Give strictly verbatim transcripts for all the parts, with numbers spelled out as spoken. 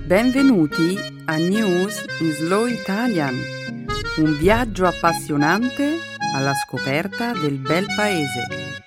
Benvenuti a News in Slow Italian, un viaggio appassionante alla scoperta del bel paese.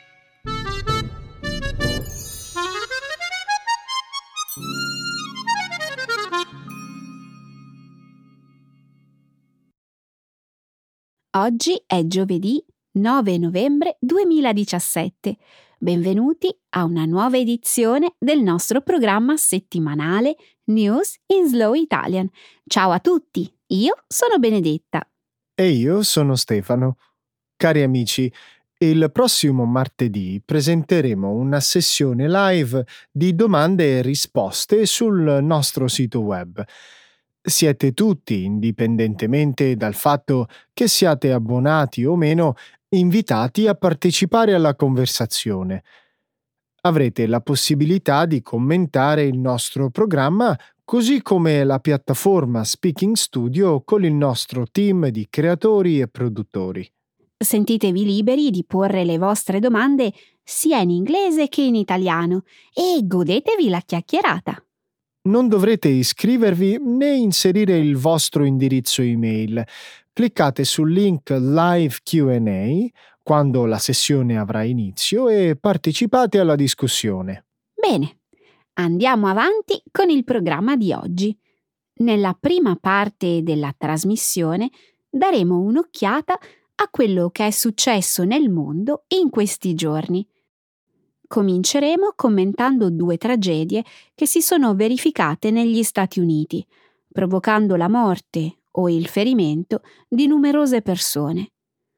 Oggi è giovedì nove novembre duemiladiciassette. Benvenuti a una nuova edizione del nostro programma settimanale News in Slow Italian. Ciao a tutti, io sono Benedetta. E io sono Stefano. Cari amici, il prossimo martedì presenteremo una sessione live di domande e risposte sul nostro sito web. Siete tutti, indipendentemente dal fatto che siate abbonati o meno, invitati a partecipare alla conversazione. Avrete la possibilità di commentare il nostro programma, così come la piattaforma Speaking Studio con il nostro team di creatori e produttori. Sentitevi liberi di porre le vostre domande sia in inglese che in italiano e godetevi la chiacchierata. Non dovrete iscrivervi né inserire il vostro indirizzo email. Cliccate sul link Live Q and A quando la sessione avrà inizio e partecipate alla discussione. Bene, andiamo avanti con il programma di oggi. Nella prima parte della trasmissione daremo un'occhiata a quello che è successo nel mondo in questi giorni. Cominceremo commentando due tragedie che si sono verificate negli Stati Uniti, provocando la morte o il ferimento di numerose persone.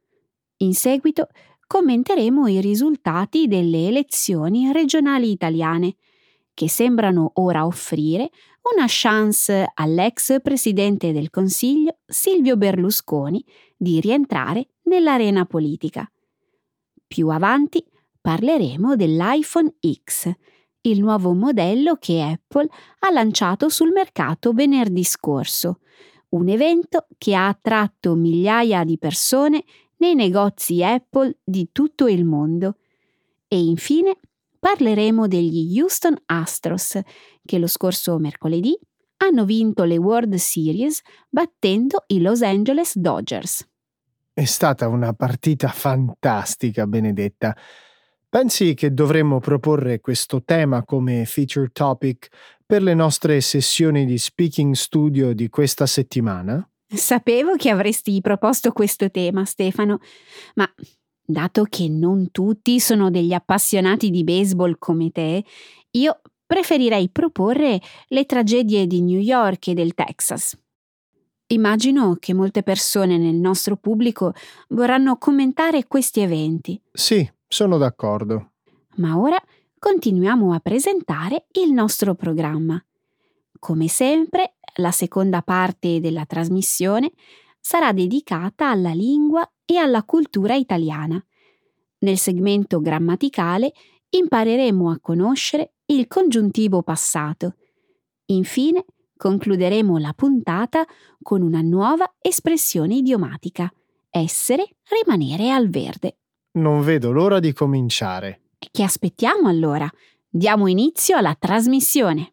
In seguito commenteremo i risultati delle elezioni regionali italiane, che sembrano ora offrire una chance all'ex presidente del Consiglio Silvio Berlusconi di rientrare nell'arena politica. Più avanti parleremo dell'iPhone X, il nuovo modello che Apple ha lanciato sul mercato venerdì scorso, un evento che ha attratto migliaia di persone nei negozi Apple di tutto il mondo. E infine parleremo degli Houston Astros, che lo scorso mercoledì hanno vinto le World Series battendo i Los Angeles Dodgers. È stata una partita fantastica, Benedetta. Pensi che dovremmo proporre questo tema come feature topic per le nostre sessioni di Speaking Studio di questa settimana? Sapevo che avresti proposto questo tema, Stefano, ma dato che non tutti sono degli appassionati di baseball come te, io preferirei proporre le tragedie di New York e del Texas. Immagino che molte persone nel nostro pubblico vorranno commentare questi eventi. Sì, sono d'accordo. Ma ora continuiamo a presentare il nostro programma. Come sempre, la seconda parte della trasmissione sarà dedicata alla lingua e alla cultura italiana. Nel segmento grammaticale impareremo a conoscere il congiuntivo passato. Infine, concluderemo la puntata con una nuova espressione idiomatica: essere, rimanere al verde. Non vedo l'ora di cominciare. Che aspettiamo allora? Diamo inizio alla trasmissione.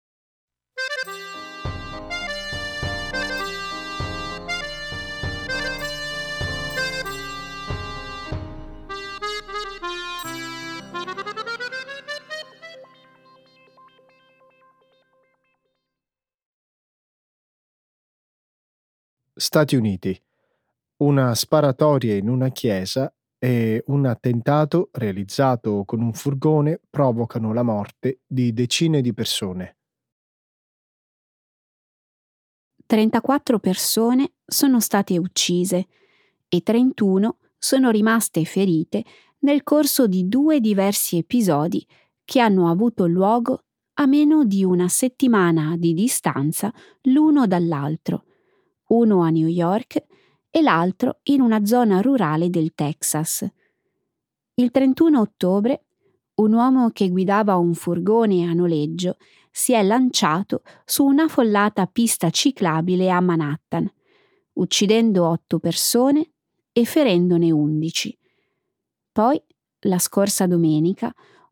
Stati Uniti. Una sparatoria in una chiesa e un attentato realizzato con un furgone provocano la morte di decine di persone. trentaquattro persone sono state uccise e trentuno sono rimaste ferite nel corso di due diversi episodi che hanno avuto luogo a meno di una settimana di distanza l'uno dall'altro, uno a New York e l'altro in una zona rurale del Texas. Il trentuno ottobre, un uomo che guidava un furgone a noleggio si è lanciato su un'affollata pista ciclabile a Manhattan, uccidendo otto persone e ferendone undici. Poi, la scorsa domenica,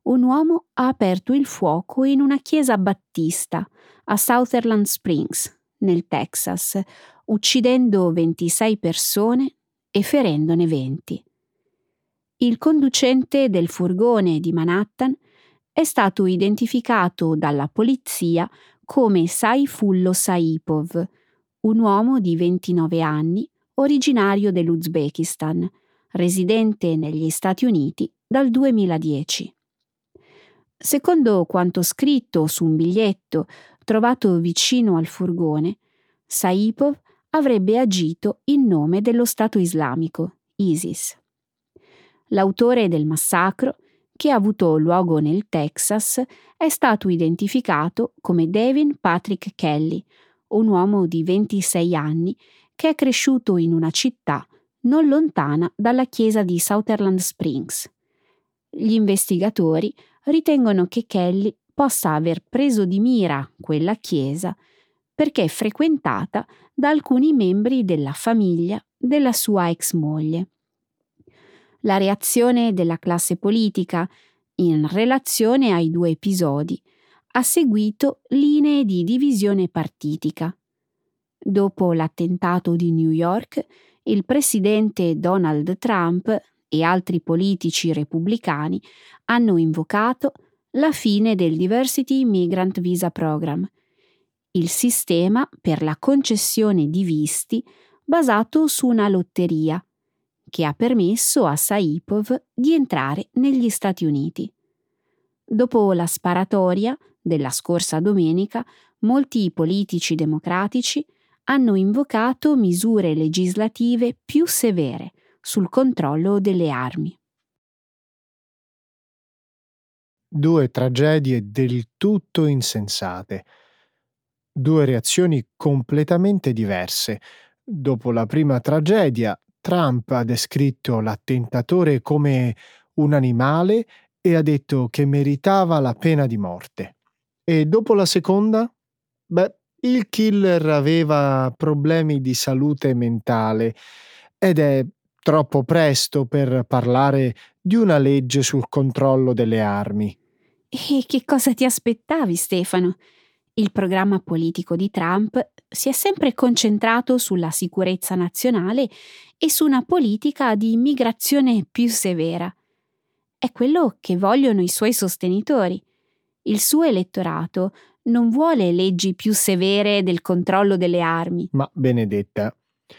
un uomo ha aperto il fuoco in una chiesa battista a Sutherland Springs, nel Texas, uccidendo ventisei persone e ferendone venti. Il conducente del furgone di Manhattan è stato identificato dalla polizia come Saifullo Saipov, un uomo di ventinove anni, originario dell'Uzbekistan, residente negli Stati Uniti dal duemiladieci. Secondo quanto scritto su un biglietto trovato vicino al furgone, Saipov avrebbe agito in nome dello Stato islamico, ISIS. L'autore del massacro, che ha avuto luogo nel Texas, è stato identificato come Devin Patrick Kelly, un uomo di ventisei anni che è cresciuto in una città non lontana dalla chiesa di Sutherland Springs. Gli investigatori ritengono che Kelly possa aver preso di mira quella chiesa perché è frequentata da alcuni membri della famiglia della sua ex moglie. La reazione della classe politica in relazione ai due episodi ha seguito linee di divisione partitica. Dopo l'attentato di New York, il presidente Donald Trump e altri politici repubblicani hanno invocato la fine del Diversity Immigrant Visa Program, il sistema per la concessione di visti basato su una lotteria che ha permesso a Saipov di entrare negli Stati Uniti. Dopo la sparatoria della scorsa domenica, molti politici democratici hanno invocato misure legislative più severe sul controllo delle armi. Due tragedie del tutto insensate. Due reazioni completamente diverse. Dopo la prima tragedia, Trump ha descritto l'attentatore come un animale e ha detto che meritava la pena di morte. E dopo la seconda? Beh, il killer aveva problemi di salute mentale ed è troppo presto per parlare di una legge sul controllo delle armi. E che cosa ti aspettavi, Stefano? Il programma politico di Trump si è sempre concentrato sulla sicurezza nazionale e su una politica di immigrazione più severa. È quello che vogliono i suoi sostenitori. Il suo elettorato non vuole leggi più severe del controllo delle armi. Ma Benedetta,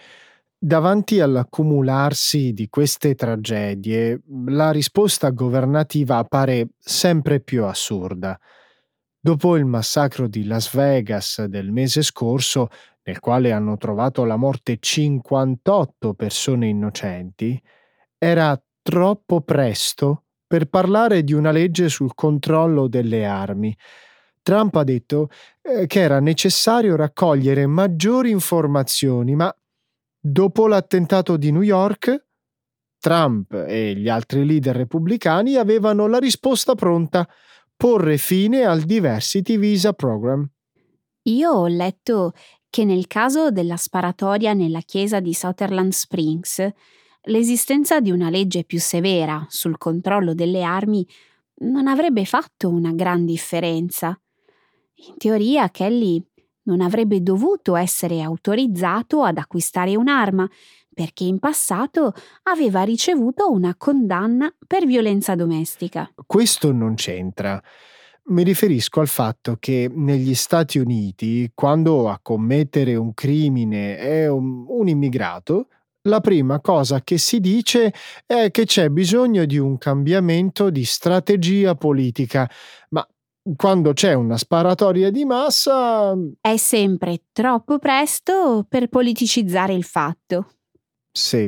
davanti all'accumularsi di queste tragedie, la risposta governativa appare sempre più assurda. Dopo il massacro di Las Vegas del mese scorso, nel quale hanno trovato la morte cinquantotto persone innocenti, era troppo presto per parlare di una legge sul controllo delle armi. Trump ha detto eh, che era necessario raccogliere maggiori informazioni, ma dopo l'attentato di New York, Trump e gli altri leader repubblicani avevano la risposta pronta: porre fine al Diversity Visa Program. Io ho letto che nel caso della sparatoria nella chiesa di Sutherland Springs, l'esistenza di una legge più severa sul controllo delle armi non avrebbe fatto una gran differenza. In teoria, Kelly non avrebbe dovuto essere autorizzato ad acquistare un'arma, perché in passato aveva ricevuto una condanna per violenza domestica. Questo non c'entra. Mi riferisco al fatto che negli Stati Uniti, quando a commettere un crimine è un, un immigrato, la prima cosa che si dice è che c'è bisogno di un cambiamento di strategia politica, ma quando c'è una sparatoria di massa... È sempre troppo presto per politicizzare il fatto. Sì,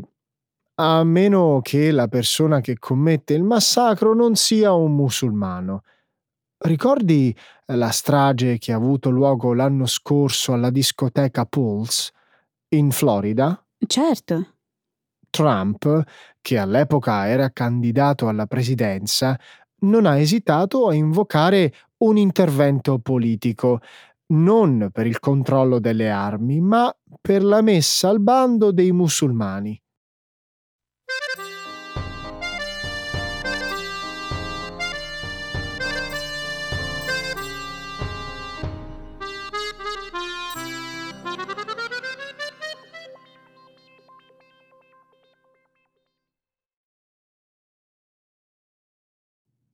a meno che la persona che commette il massacro non sia un musulmano. Ricordi la strage che ha avuto luogo l'anno scorso alla discoteca Pulse in Florida? Certo. Trump, che all'epoca era candidato alla presidenza, non ha esitato a invocare un intervento politico, non per il controllo delle armi, ma per la messa al bando dei musulmani.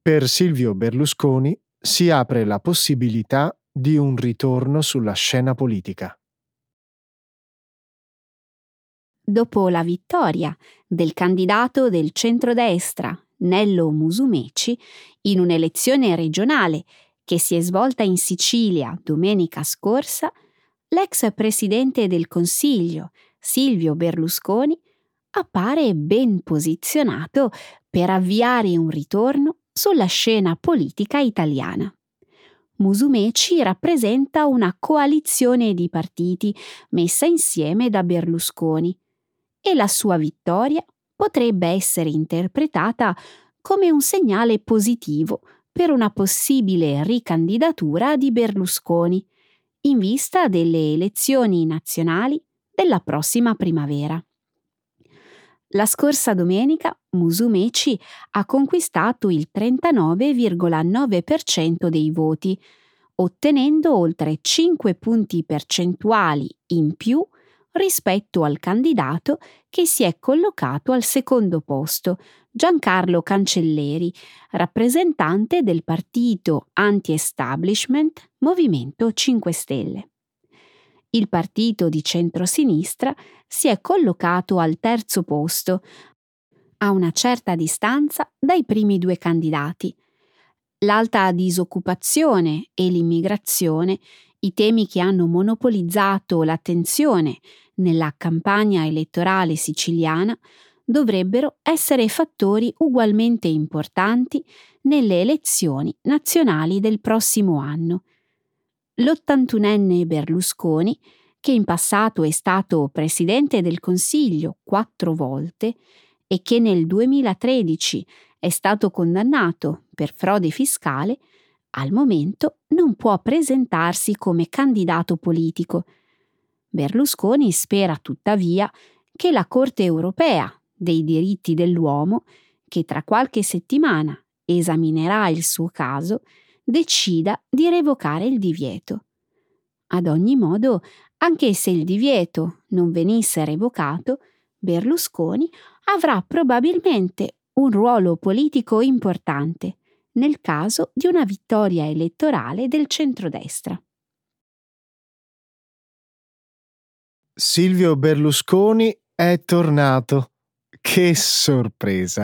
Per Silvio Berlusconi si apre la possibilità di un ritorno sulla scena politica. Dopo la vittoria del candidato del centrodestra, Nello Musumeci, in un'elezione regionale che si è svolta in Sicilia domenica scorsa, l'ex presidente del Consiglio, Silvio Berlusconi, appare ben posizionato per avviare un ritorno sulla scena politica italiana. Musumeci rappresenta una coalizione di partiti messa insieme da Berlusconi e la sua vittoria potrebbe essere interpretata come un segnale positivo per una possibile ricandidatura di Berlusconi in vista delle elezioni nazionali della prossima primavera. La scorsa domenica Musumeci ha conquistato il trentanove virgola nove per cento dei voti, ottenendo oltre cinque punti percentuali in più rispetto al candidato che si è collocato al secondo posto, Giancarlo Cancelleri, rappresentante del partito anti-establishment Movimento cinque Stelle. Il partito di centrosinistra si è collocato al terzo posto, a una certa distanza dai primi due candidati. L'alta disoccupazione e l'immigrazione, i temi che hanno monopolizzato l'attenzione nella campagna elettorale siciliana, dovrebbero essere fattori ugualmente importanti nelle elezioni nazionali del prossimo anno. L'ottantunenne Berlusconi, che in passato è stato presidente del Consiglio quattro volte e che nel duemilatredici è stato condannato per frode fiscale, al momento non può presentarsi come candidato politico. Berlusconi spera tuttavia che la Corte europea dei diritti dell'uomo, che tra qualche settimana esaminerà il suo caso, decida di revocare il divieto. Ad ogni modo, anche se il divieto non venisse revocato, Berlusconi avrà probabilmente un ruolo politico importante nel caso di una vittoria elettorale del centrodestra. Silvio Berlusconi è tornato. Che sorpresa!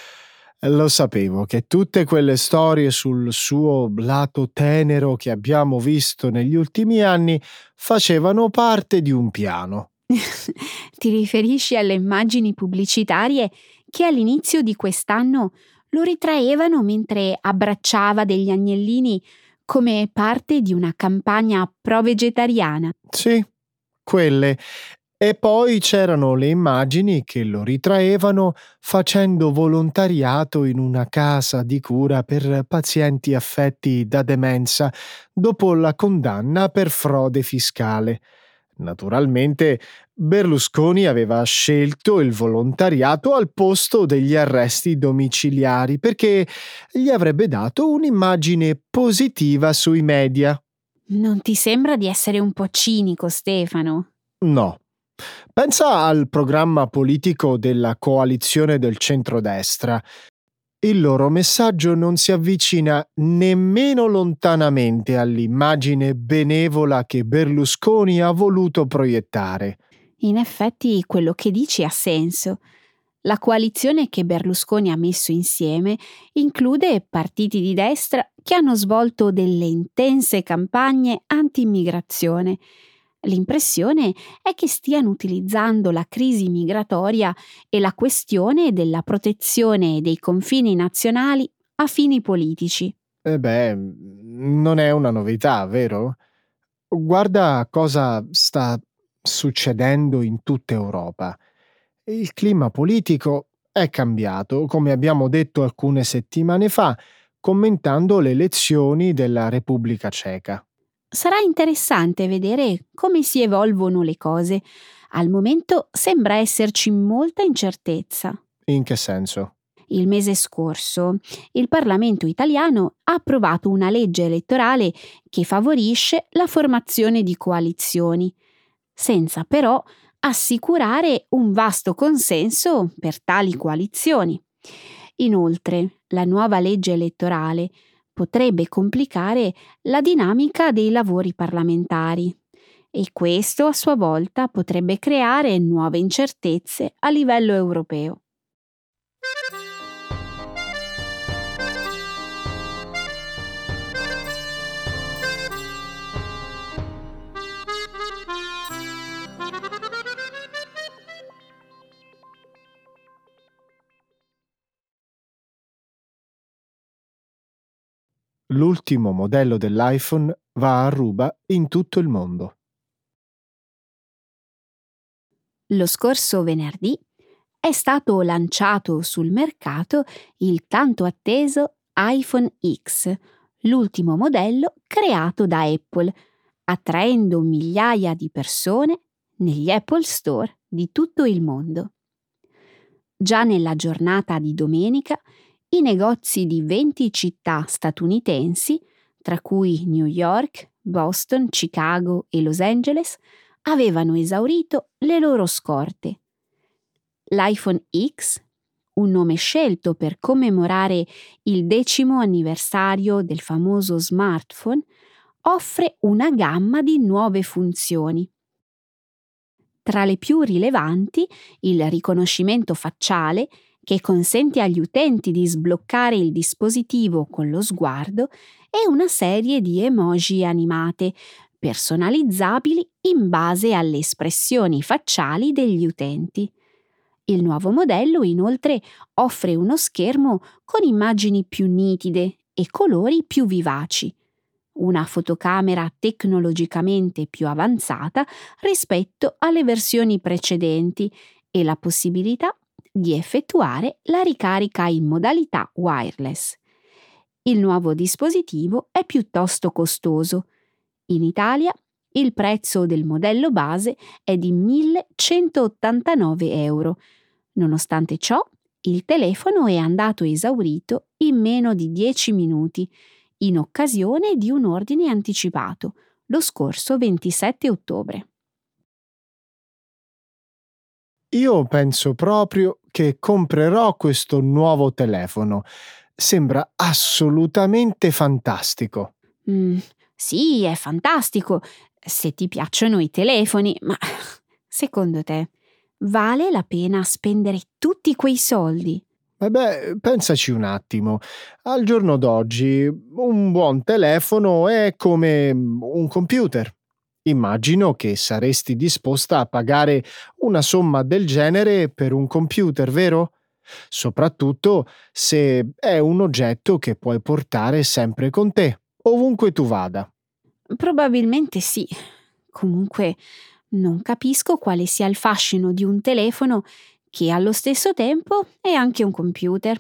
Lo sapevo che tutte quelle storie sul suo lato tenero che abbiamo visto negli ultimi anni facevano parte di un piano. Ti riferisci alle immagini pubblicitarie che all'inizio di quest'anno lo ritraevano mentre abbracciava degli agnellini come parte di una campagna pro-vegetariana? Sì, quelle. E poi c'erano le immagini che lo ritraevano facendo volontariato in una casa di cura per pazienti affetti da demenza dopo la condanna per frode fiscale. Naturalmente Berlusconi aveva scelto il volontariato al posto degli arresti domiciliari perché gli avrebbe dato un'immagine positiva sui media. Non ti sembra di essere un po' cinico, Stefano? No. Pensa al programma politico della coalizione del centrodestra. Il loro messaggio non si avvicina nemmeno lontanamente all'immagine benevola che Berlusconi ha voluto proiettare. In effetti quello che dici ha senso. La coalizione che Berlusconi ha messo insieme include partiti di destra che hanno svolto delle intense campagne anti-immigrazione. L'impressione è che stiano utilizzando la crisi migratoria e la questione della protezione dei confini nazionali a fini politici. E beh, non è una novità, vero? Guarda cosa sta succedendo in tutta Europa. Il clima politico è cambiato, come abbiamo detto alcune settimane fa, commentando le elezioni della Repubblica Ceca. Sarà interessante vedere come si evolvono le cose. Al momento sembra esserci molta incertezza. In che senso? Il mese scorso il Parlamento italiano ha approvato una legge elettorale che favorisce la formazione di coalizioni, senza però assicurare un vasto consenso per tali coalizioni. Inoltre, la nuova legge elettorale potrebbe complicare la dinamica dei lavori parlamentari e questo a sua volta potrebbe creare nuove incertezze a livello europeo. L'ultimo modello dell'iPhone va a ruba in tutto il mondo. Lo scorso venerdì è stato lanciato sul mercato il tanto atteso iPhone X, l'ultimo modello creato da Apple, attraendo migliaia di persone negli Apple Store di tutto il mondo. Già nella giornata di domenica, i negozi di venti città statunitensi, tra cui New York, Boston, Chicago e Los Angeles, avevano esaurito le loro scorte. L'iPhone X, un nome scelto per commemorare il decimo anniversario del famoso smartphone, offre una gamma di nuove funzioni. Tra le più rilevanti, il riconoscimento facciale, che consente agli utenti di sbloccare il dispositivo con lo sguardo, e una serie di emoji animate, personalizzabili in base alle espressioni facciali degli utenti. Il nuovo modello inoltre offre uno schermo con immagini più nitide e colori più vivaci, una fotocamera tecnologicamente più avanzata rispetto alle versioni precedenti e la possibilità di effettuare la ricarica in modalità wireless. Il nuovo dispositivo è piuttosto costoso. In Italia il prezzo del modello base è di millecentottantanove euro. Nonostante ciò, il telefono è andato esaurito in meno di dieci minuti, in occasione di un ordine anticipato, lo scorso ventisette ottobre. Io penso proprio che comprerò questo nuovo telefono. Sembra assolutamente fantastico. Mm, sì, è fantastico, se ti piacciono i telefoni, ma secondo te vale la pena spendere tutti quei soldi? E beh, pensaci un attimo. Al giorno d'oggi un buon telefono è come un computer. Immagino che saresti disposta a pagare una somma del genere per un computer, vero? Soprattutto se è un oggetto che puoi portare sempre con te, ovunque tu vada. Probabilmente sì. Comunque non capisco quale sia il fascino di un telefono che allo stesso tempo è anche un computer.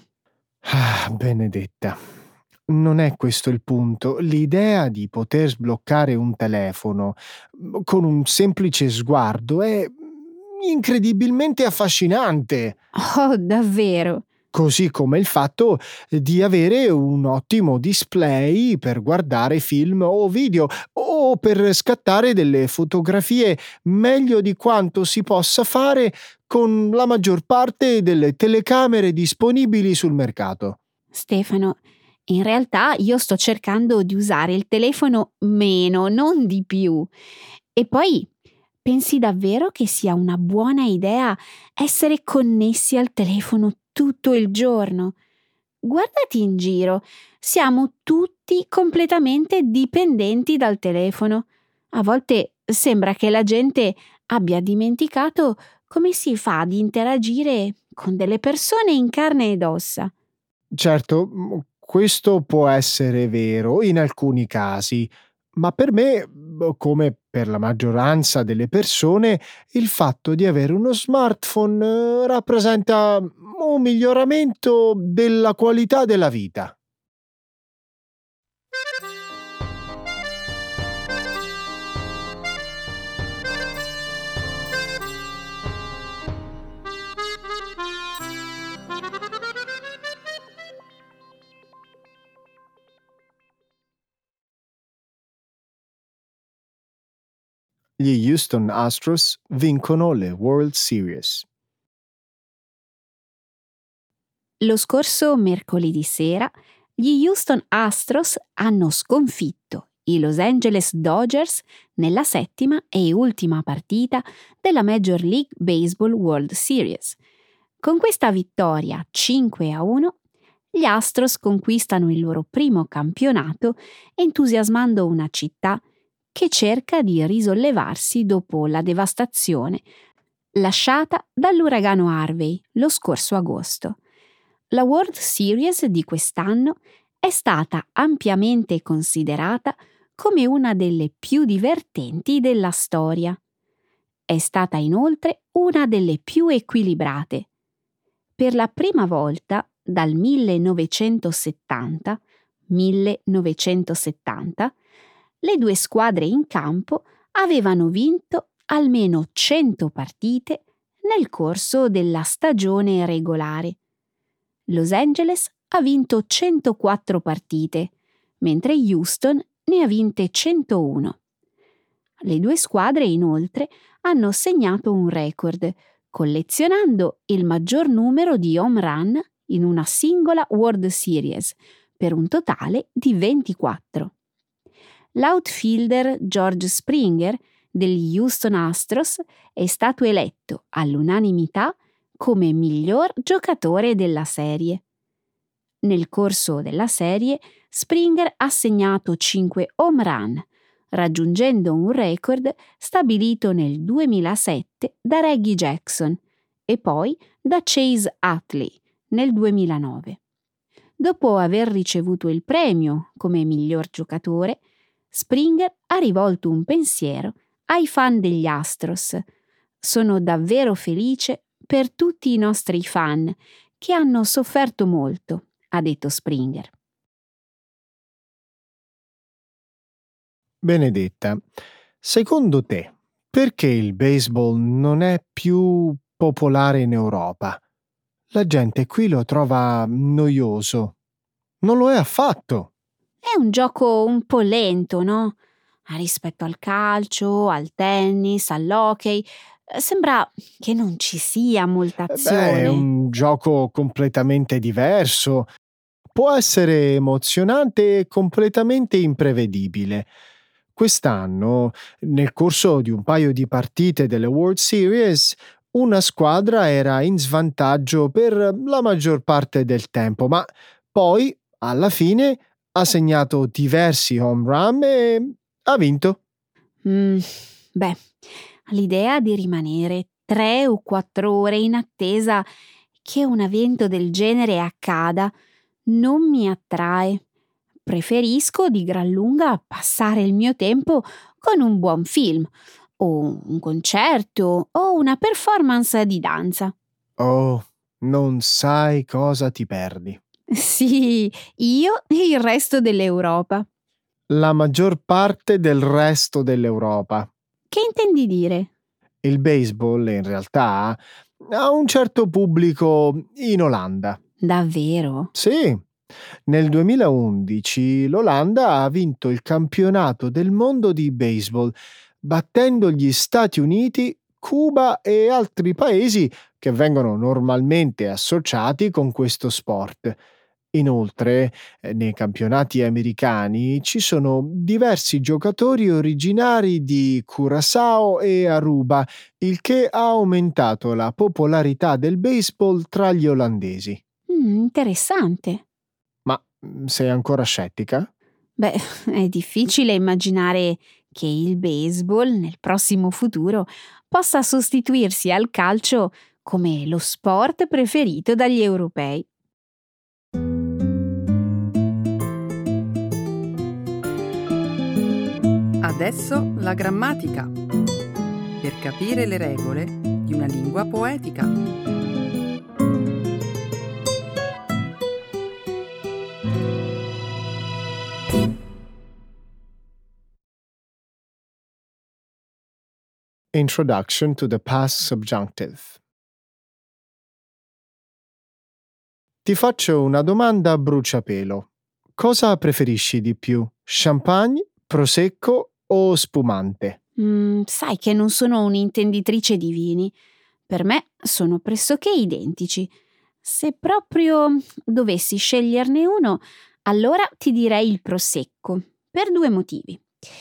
Ah, Benedetta, non è questo il punto. L'idea di poter sbloccare un telefono mm, con un semplice sguardo è incredibilmente affascinante. Oh, davvero? Così come il fatto di avere un ottimo display per guardare film o video o per scattare delle fotografie meglio di quanto si possa fare con la maggior parte delle telecamere disponibili sul mercato. Stefano, in realtà io sto cercando di usare il telefono meno, non di più. E poi, pensi davvero che sia una buona idea essere connessi al telefono tutto il giorno? Guardati in giro, siamo tutti completamente dipendenti dal telefono. A volte sembra che la gente abbia dimenticato come si fa ad interagire con delle persone in carne ed ossa. Certo, mm, questo può essere vero in alcuni casi, ma per me, mm, come per la maggioranza delle persone, il fatto di avere uno smartphone eh, rappresenta un miglioramento della qualità della vita. Gli Houston Astros vincono le World Series. Lo scorso mercoledì sera gli Houston Astros hanno sconfitto i Los Angeles Dodgers nella settima e ultima partita della Major League Baseball World Series. Con questa vittoria cinque a uno, gli Astros conquistano il loro primo campionato, entusiasmando una città che cerca di risollevarsi dopo la devastazione lasciata dall'uragano Harvey lo scorso agosto. La World Series di quest'anno è stata ampiamente considerata come una delle più divertenti della storia. È stata inoltre una delle più equilibrate. Per la prima volta dal millenovecentosettanta, millenovecentosettanta, le due squadre in campo avevano vinto almeno cento partite nel corso della stagione regolare. Los Angeles ha vinto centoquattro partite, mentre Houston ne ha vinte centouno. Le due squadre, inoltre, hanno segnato un record, collezionando il maggior numero di home run in una singola World Series, per un totale di ventiquattro. L'outfielder George Springer degli Houston Astros è stato eletto all'unanimità come miglior giocatore della serie. Nel corso della serie, Springer ha segnato cinque home run, raggiungendo un record stabilito nel duemilasette da Reggie Jackson e poi da Chase Utley nel duemilanove. Dopo aver ricevuto il premio come miglior giocatore, Springer ha rivolto un pensiero ai fan degli Astros. Sono davvero felice per tutti i nostri fan che hanno sofferto molto, ha detto Springer. Benedetta, secondo te, perché il baseball non è più popolare in Europa? La gente qui lo trova noioso. Non lo è affatto. È un gioco un po' lento, no? Rispetto al calcio, al tennis, all'hockey, sembra che non ci sia molta azione. Beh, è un gioco completamente diverso. Può essere emozionante e completamente imprevedibile. Quest'anno, nel corso di un paio di partite delle World Series, una squadra era in svantaggio per la maggior parte del tempo, ma poi, alla fine, ha segnato diversi home run e ha vinto. Mm, beh, l'idea di rimanere tre o quattro ore in attesa che un evento del genere accada non mi attrae. Preferisco di gran lunga passare il mio tempo con un buon film, o un concerto, o una performance di danza. Oh, non sai cosa ti perdi. Sì, io e il resto dell'Europa. La maggior parte del resto dell'Europa. Che intendi dire? Il baseball, in realtà, ha un certo pubblico in Olanda. Davvero? Sì. Nel duemilaundici l'Olanda ha vinto il campionato del mondo di baseball, battendo gli Stati Uniti, Cuba e altri paesi che vengono normalmente associati con questo sport. Inoltre, nei campionati americani ci sono diversi giocatori originari di Curaçao e Aruba, il che ha aumentato la popolarità del baseball tra gli olandesi. Mm, interessante. Ma sei ancora scettica? Beh, è difficile immaginare che il baseball nel prossimo futuro possa sostituirsi al calcio come lo sport preferito dagli europei. Adesso la grammatica, per capire le regole di una lingua poetica. Introduction to the past subjunctive. Ti faccio una domanda a bruciapelo. Cosa preferisci di più? Champagne, prosecco o spumante? Mm, sai che non sono un'intenditrice di vini. Per me sono pressoché identici. Se proprio dovessi sceglierne uno, allora ti direi il Prosecco, per due motivi.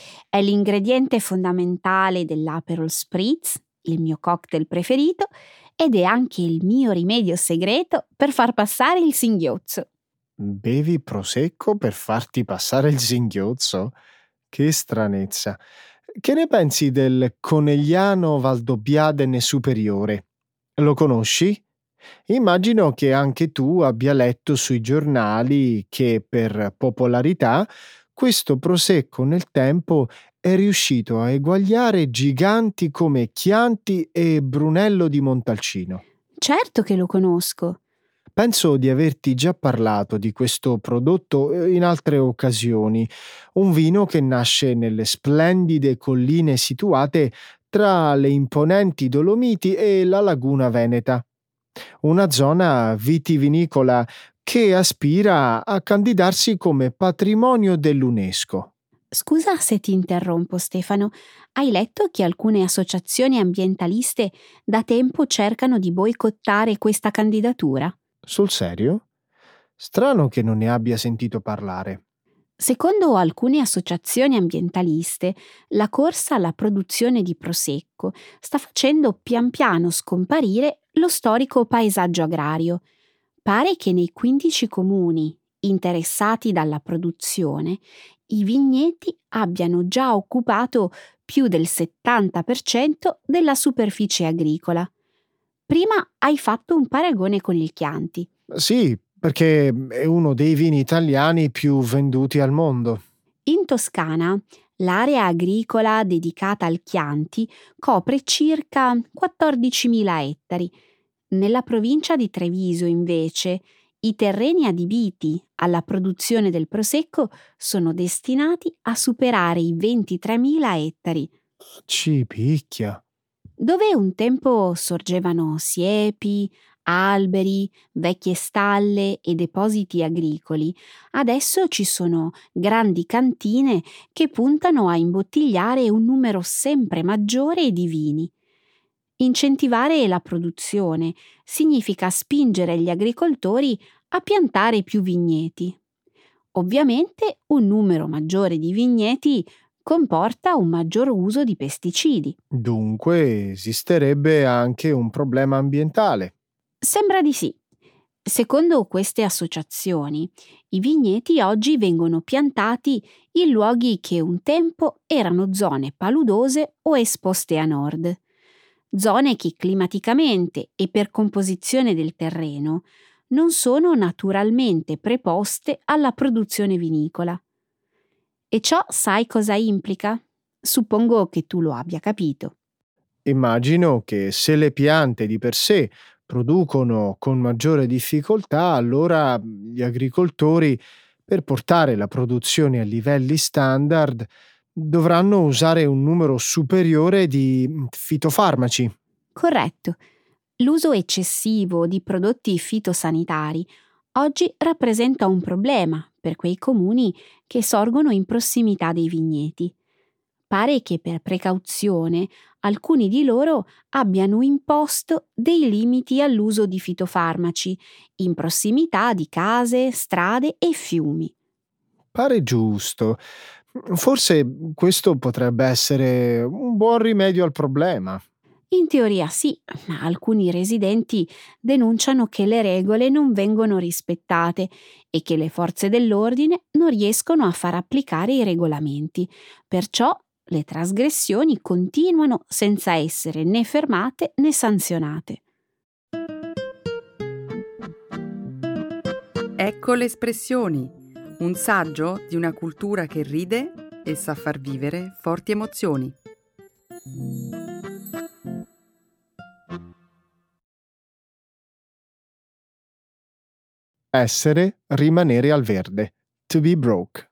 È l'ingrediente fondamentale dell'Aperol Spritz, il mio cocktail preferito, ed è anche il mio rimedio segreto per far passare il singhiozzo. Bevi prosecco per farti passare il singhiozzo? Che stranezza. Che ne pensi del Conegliano Valdobbiadene Superiore? Lo conosci? Immagino che anche tu abbia letto sui giornali che per popolarità questo prosecco nel tempo è riuscito a eguagliare giganti come Chianti e Brunello di Montalcino. Certo che lo conosco. Penso di averti già parlato di questo prodotto eh, in altre occasioni, un vino che nasce nelle splendide colline situate tra le imponenti Dolomiti e la Laguna Veneta, una zona vitivinicola che aspira a candidarsi come patrimonio dell'UNESCO. Scusa se ti interrompo, Stefano. Hai letto che alcune associazioni ambientaliste da tempo cercano di boicottare questa candidatura? Sul serio? Strano che non ne abbia sentito parlare. Secondo alcune associazioni ambientaliste, la corsa alla produzione di prosecco sta facendo pian piano scomparire lo storico paesaggio agrario. Pare che nei quindici comuni interessati dalla produzione, i vigneti abbiano già occupato più del settanta per cento della superficie agricola. Prima hai fatto un paragone con il Chianti. Sì, perché è uno dei vini italiani più venduti al mondo. In Toscana, l'area agricola dedicata al Chianti copre circa quattordicimila ettari. Nella provincia di Treviso, invece, i terreni adibiti alla produzione del prosecco sono destinati a superare i ventitremila ettari. Ci picchia. Dove un tempo sorgevano siepi, alberi, vecchie stalle e depositi agricoli, adesso ci sono grandi cantine che puntano a imbottigliare un numero sempre maggiore di vini. Incentivare la produzione significa spingere gli agricoltori a piantare più vigneti. Ovviamente un numero maggiore di vigneti comporta un maggior uso di pesticidi. Dunque esisterebbe anche un problema ambientale. Sembra di sì. Secondo queste associazioni, i vigneti oggi vengono piantati in luoghi che un tempo erano zone paludose o esposte a nord. Zone che climaticamente e per composizione del terreno non sono naturalmente preposte alla produzione vinicola. E ciò sai cosa implica? Suppongo che tu lo abbia capito. Immagino che se le piante di per sé producono con maggiore difficoltà, allora gli agricoltori, per portare la produzione a livelli standard, dovranno usare un numero superiore di fitofarmaci. Corretto. L'uso eccessivo di prodotti fitosanitari oggi rappresenta un problema per quei comuni che sorgono in prossimità dei vigneti. Pare che per precauzione alcuni di loro abbiano imposto dei limiti all'uso di fitofarmaci in prossimità di case, strade e fiumi. Pare giusto. Forse questo potrebbe essere un buon rimedio al problema. In teoria sì, ma alcuni residenti denunciano che le regole non vengono rispettate e che le forze dell'ordine non riescono a far applicare i regolamenti. Perciò le trasgressioni continuano senza essere né fermate né sanzionate. Ecco le espressioni, un saggio di una cultura che ride e sa far vivere forti emozioni. Essere, rimanere al verde. To be broke.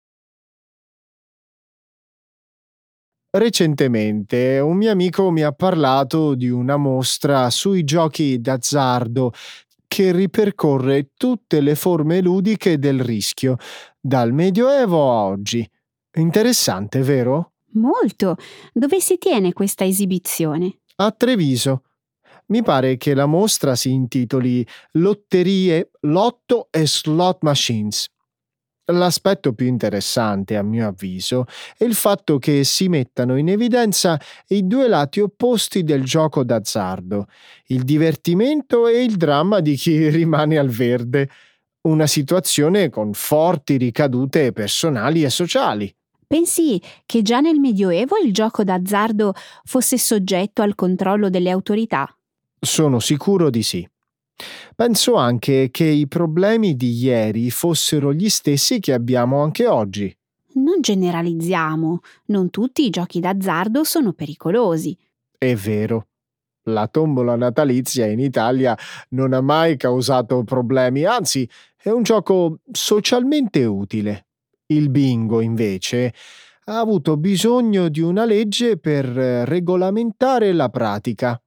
Recentemente un mio amico mi ha parlato di una mostra sui giochi d'azzardo che ripercorre tutte le forme ludiche del rischio, dal Medioevo a oggi. Interessante, vero? Molto! Dove si tiene questa esibizione? A Treviso. Mi pare che la mostra si intitoli Lotterie, Lotto e Slot Machines. L'aspetto più interessante, a mio avviso, è il fatto che si mettano in evidenza i due lati opposti del gioco d'azzardo, il divertimento e il dramma di chi rimane al verde, una situazione con forti ricadute personali e sociali. Pensi che già nel Medioevo il gioco d'azzardo fosse soggetto al controllo delle autorità? Sono sicuro di sì. Penso anche che i problemi di ieri fossero gli stessi che abbiamo anche oggi. Non generalizziamo, non tutti i giochi d'azzardo sono pericolosi. È vero. La tombola natalizia in Italia non ha mai causato problemi, anzi, è un gioco socialmente utile. Il bingo, invece, ha avuto bisogno di una legge per regolamentare la pratica.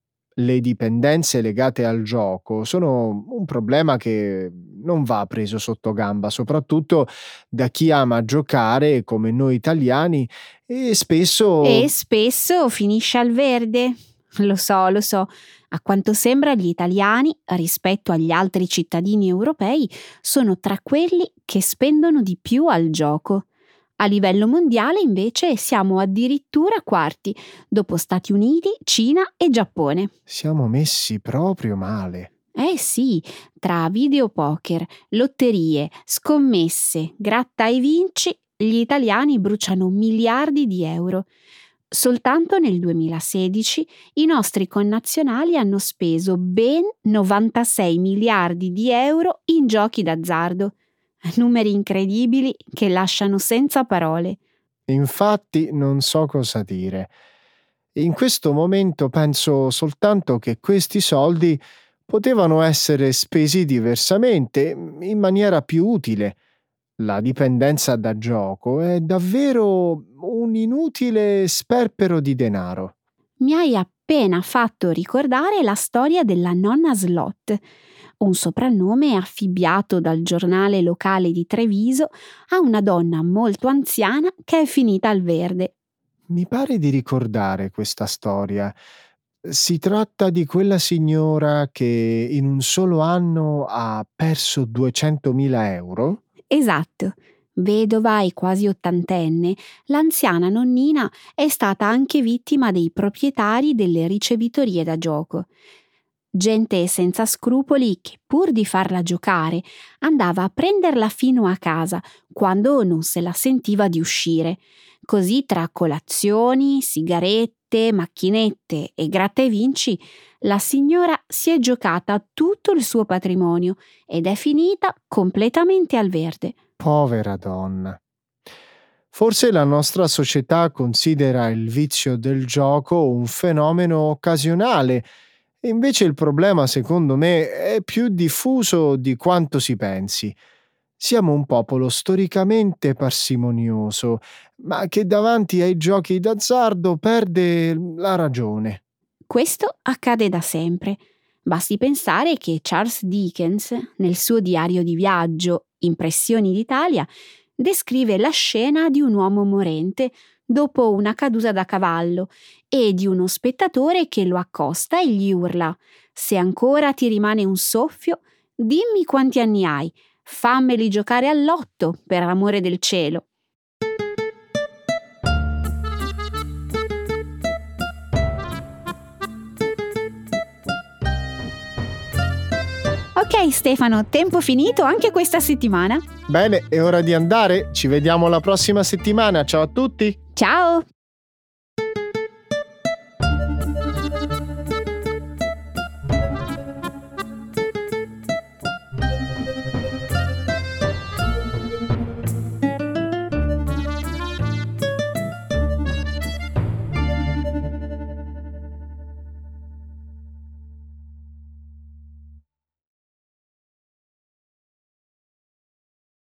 Le dipendenze legate al gioco sono un problema che non va preso sotto gamba, soprattutto da chi ama giocare come noi italiani e spesso... E spesso finisce al verde. Lo so, lo so. A quanto sembra gli italiani, rispetto agli altri cittadini europei, sono tra quelli che spendono di più al gioco. A livello mondiale, invece, siamo addirittura quarti, dopo Stati Uniti, Cina e Giappone. Siamo messi proprio male. Eh sì, tra videopoker, lotterie, scommesse, gratta e vinci, gli italiani bruciano miliardi di euro. Soltanto nel duemilasedici i nostri connazionali hanno speso ben novantasei miliardi di euro in giochi d'azzardo. Numeri incredibili che lasciano senza parole. Infatti non so cosa dire. In questo momento penso soltanto che questi soldi potevano essere spesi diversamente, in maniera più utile. La dipendenza da gioco è davvero un inutile sperpero di denaro. Mi hai appena fatto ricordare la storia della nonna Slot, un soprannome affibbiato dal giornale locale di Treviso a una donna molto anziana che è finita al verde. Mi pare di ricordare questa storia. Si tratta di quella signora che in un solo anno ha perso duecentomila euro? Esatto. Vedova e quasi ottantenne, l'anziana nonnina è stata anche vittima dei proprietari delle ricevitorie da gioco. Gente senza scrupoli che, pur di farla giocare, andava a prenderla fino a casa quando non se la sentiva di uscire. Così, tra colazioni, sigarette, macchinette e gratta e vinci, la signora si è giocata tutto il suo patrimonio ed è finita completamente al verde. Povera donna. Forse la nostra società considera il vizio del gioco un fenomeno occasionale. Invece il problema, secondo me, è più diffuso di quanto si pensi. Siamo un popolo storicamente parsimonioso, ma che davanti ai giochi d'azzardo perde la ragione. Questo accade da sempre. Basti pensare che Charles Dickens, nel suo diario di viaggio Impressioni d'Italia, descrive la scena di un uomo morente dopo una caduta da cavallo e di uno spettatore che lo accosta e gli urla: «Se ancora ti rimane un soffio, dimmi quanti anni hai, fammeli giocare al lotto, per l'amore del cielo». Ok Stefano, tempo finito anche questa settimana. Bene, è ora di andare. Ci vediamo la prossima settimana. Ciao a tutti! Ciao!